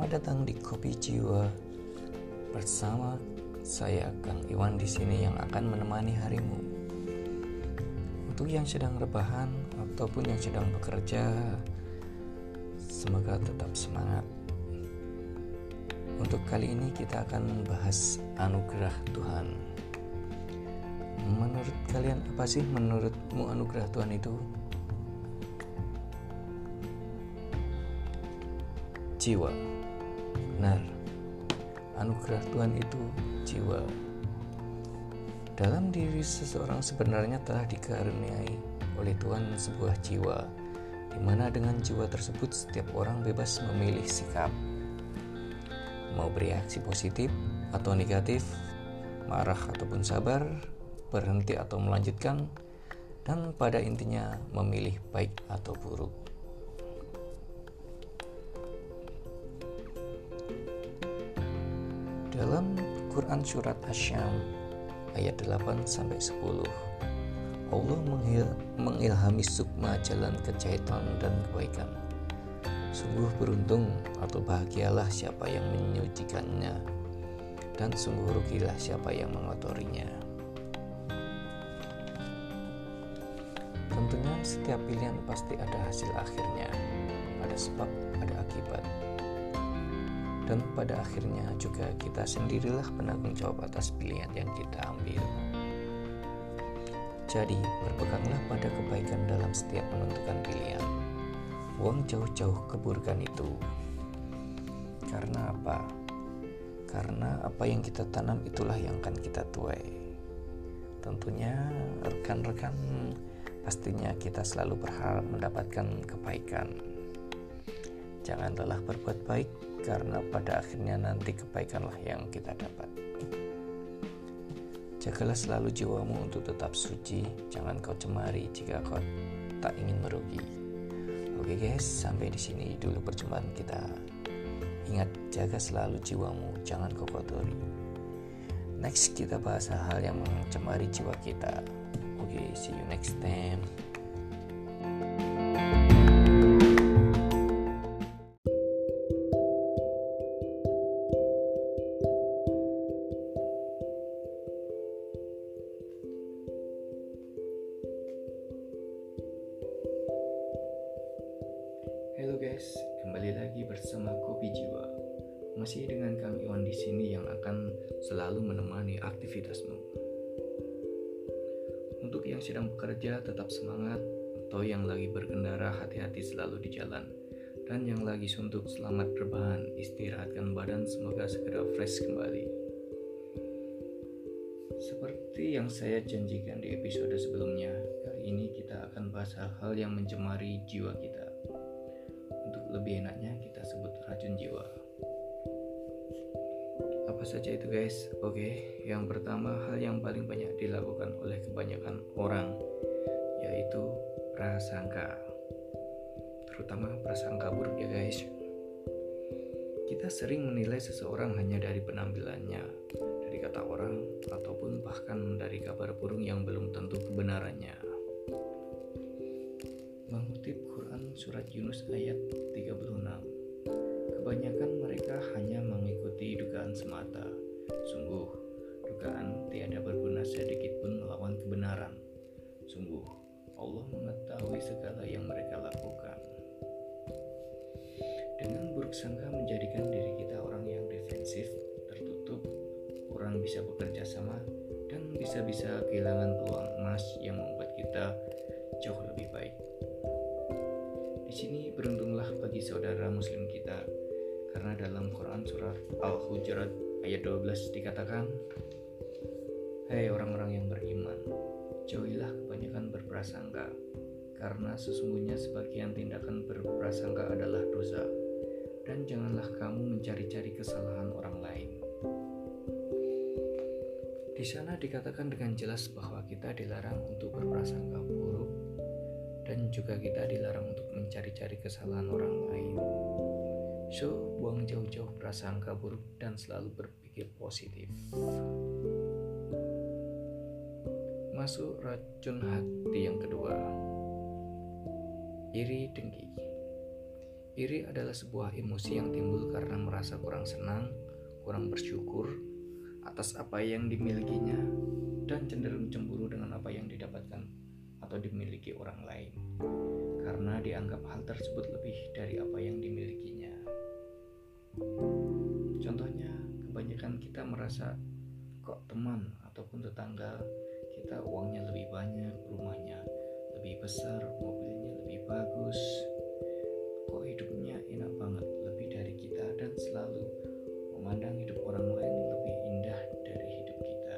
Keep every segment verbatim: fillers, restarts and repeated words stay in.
Selamat datang di Kopi Jiwa bersama saya Kang Iwan di sini yang akan menemani harimu. Untuk yang sedang rebahan ataupun yang sedang bekerja, semoga tetap semangat. Untuk kali ini kita akan bahas anugerah Tuhan. Menurut kalian apa sih menurutmu anugerah Tuhan itu? Jiwa. Benar. Anugerah Tuhan itu jiwa. Dalam diri seseorang sebenarnya telah dikaruniai oleh Tuhan sebuah jiwa, di mana dengan jiwa tersebut setiap orang bebas memilih sikap. Mau bereaksi positif atau negatif, marah ataupun sabar, berhenti atau melanjutkan, dan pada intinya memilih baik atau buruk. Dalam Quran surat Asy-Syam ayat delapan sampai sepuluh, Allah mengilhami sukma jalan kejahatan dan kebaikan. Sungguh beruntung atau bahagialah siapa yang menyucikannya, dan sungguh rugilah siapa yang mengotorinya. Tentunya setiap pilihan pasti ada hasil akhirnya, ada sebab, ada akibat. Dan pada akhirnya juga kita sendirilah penanggung jawab atas pilihan yang kita ambil. Jadi berpeganglah pada kebaikan dalam setiap menentukan pilihan. Buang jauh-jauh keburukan itu. Karena apa? Karena apa yang kita tanam itulah yang akan kita tuai. Tentunya rekan-rekan, pastinya kita selalu berharap mendapatkan kebaikan. Jangan lelah berbuat baik, karena pada akhirnya nanti kebaikanlah yang kita dapat. Jagalah selalu jiwamu untuk tetap suci, jangan kau cemari jika kau tak ingin merugi. Oke guys, sampai di sini dulu perjumpaan kita. Ingat, jaga selalu jiwamu, jangan kau kotori. Next kita bahas hal yang mencemari jiwa kita. Oke, see you next time. Halo guys, kembali lagi bersama Kopi Jiwa. Masih dengan Kang Iwan di sini yang akan selalu menemani aktivitasmu. Untuk yang sedang bekerja tetap semangat, atau yang lagi berkendara hati-hati selalu di jalan. Dan yang lagi suntuk selamat rebahan, istirahatkan badan semoga segera fresh kembali. Seperti yang saya janjikan di episode sebelumnya, kali ini kita akan bahas hal-hal yang mencemari jiwa kita. Lebih enaknya kita sebut racun jiwa. Apa saja itu guys? Oke, yang pertama hal yang paling banyak dilakukan oleh kebanyakan orang yaitu prasangka. Terutama prasangka buruk ya guys. Kita sering menilai seseorang hanya dari penampilannya, dari kata orang, ataupun bahkan dari kabar burung yang belum tentu kebenarannya. Mengutip Quran surat Yunus ayat tiga puluh enam, kebanyakan mereka hanya mengikuti dugaan semata. Sungguh, dugaan tiada berguna sedikit pun melawan kebenaran. Sungguh, Allah mengetahui segala yang mereka lakukan. Dengan buruk sangka menjadikan diri kita orang yang defensif, tertutup, kurang bisa bekerja sama, dan bisa-bisa kehilangan peluang emas yang membuat kita jauh lebih baik. Di sini beruntunglah bagi saudara muslim kita, karena dalam Quran surat Al-Hujurat ayat dua belas dikatakan, "Hai orang-orang yang beriman, jauhilah kebanyakan berprasangka, karena sesungguhnya sebagian tindakan berprasangka adalah dosa, dan janganlah kamu mencari-cari kesalahan orang lain." Di sana dikatakan dengan jelas bahwa kita dilarang untuk berprasangka buruk, dan juga kita dilarang untuk mencari-cari kesalahan orang lain. So, buang jauh-jauh prasangka buruk dan selalu berpikir positif. Masuk racun hati yang kedua, iri dengki. Iri adalah sebuah emosi yang timbul karena merasa kurang senang, kurang bersyukur atas apa yang dimilikinya, dan cenderung cemburu dengan apa yang didapatkan atau dimiliki orang lain, karena dianggap hal tersebut lebih dari apa yang dimilikinya. Contohnya, kebanyakan kita merasa kok teman ataupun tetangga kita uangnya lebih banyak, rumahnya lebih besar, mobilnya lebih bagus, kok hidupnya enak banget lebih dari kita, dan selalu memandang hidup orang lain lebih indah dari hidup kita.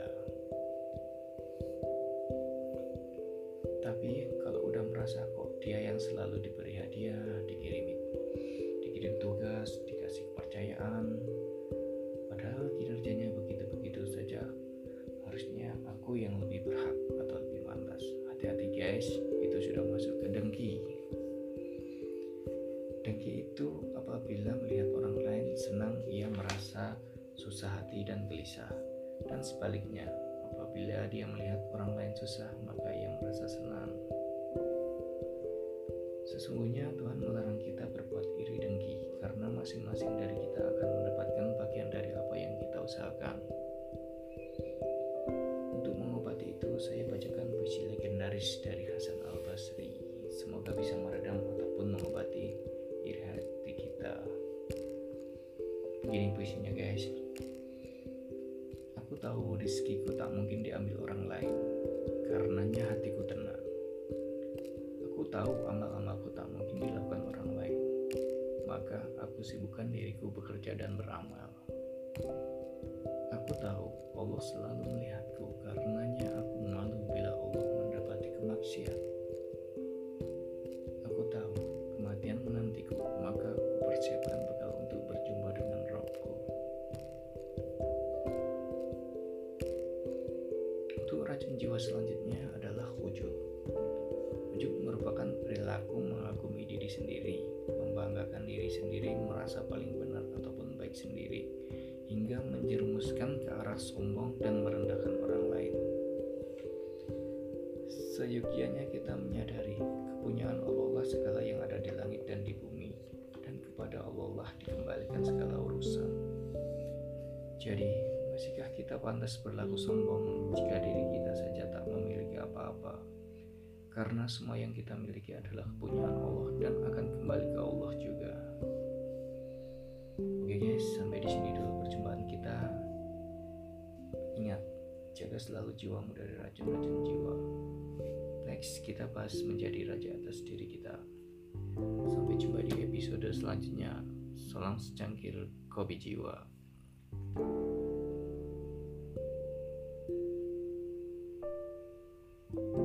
Tapi kalau udah merasa kok dia yang selalu diberi hadiah, dikirim dikirim tugas, dikasih kepercayaan, padahal kinerjanya begitu-begitu saja, harusnya aku yang lebih berhak atau lebih pantas. Hati-hati guys, itu sudah masuk ke dengki. Dengki itu apabila melihat orang lain senang, ia merasa susah hati dan gelisah. Dan sebaliknya, apabila dia melihat orang lain susah, maka ia merasa senang. Sesungguhnya Tuhan melarang kita berbuat iri dengki, karena masing-masing dari kita akan mendapatkan bagian dari apa yang kita usahakan. Untuk mengobati itu, saya bacakan puisi legendaris dari Hasan Al-Basri. Semoga bisa meredam ataupun mengobati iri hati kita. Begini puisinya guys. Aku tahu rizkiku tak mungkin diambil orang lain, karenanya hatiku tenang. Aku tahu amal-amalku tak mungkin dilakukan orang lain, maka aku sibukkan diriku bekerja dan beramal. Aku tahu Allah selalu melihatku, karenanya aku malu bila Allah mendapati kemaksiat. Aku tahu kematian menantiku, maka aku persiapkan bekal untuk berjumpa dengan Rabbku. Untuk racun jiwa selanjutnya adalah ujub. Ujub merupakan perilaku mengagumi diri sendiri, membanggakan diri sendiri, merasa paling benar ataupun baik sendiri, hingga menjerumuskan ke arah sombong dan merendahkan orang lain. Seyogianya kita menyadari kepunyaan Allah lah segala yang ada di langit dan di bumi, dan kepada Allah lah dikembalikan segala urusan. Jadi, masihkah kita pantas berlaku sombong jika diri kita saja tak memiliki apa-apa? Karena semua yang kita miliki adalah kepunyaan Allah dan akan kembali ke Allah juga. Oke guys, sampai di sini dulu perjumpaan kita. Ingat, jaga selalu jiwamu dari racun-racun jiwa. Next, kita bahas menjadi raja atas diri kita. Sampai jumpa di episode selanjutnya. Salam secangkir kopi jiwa. Thank you.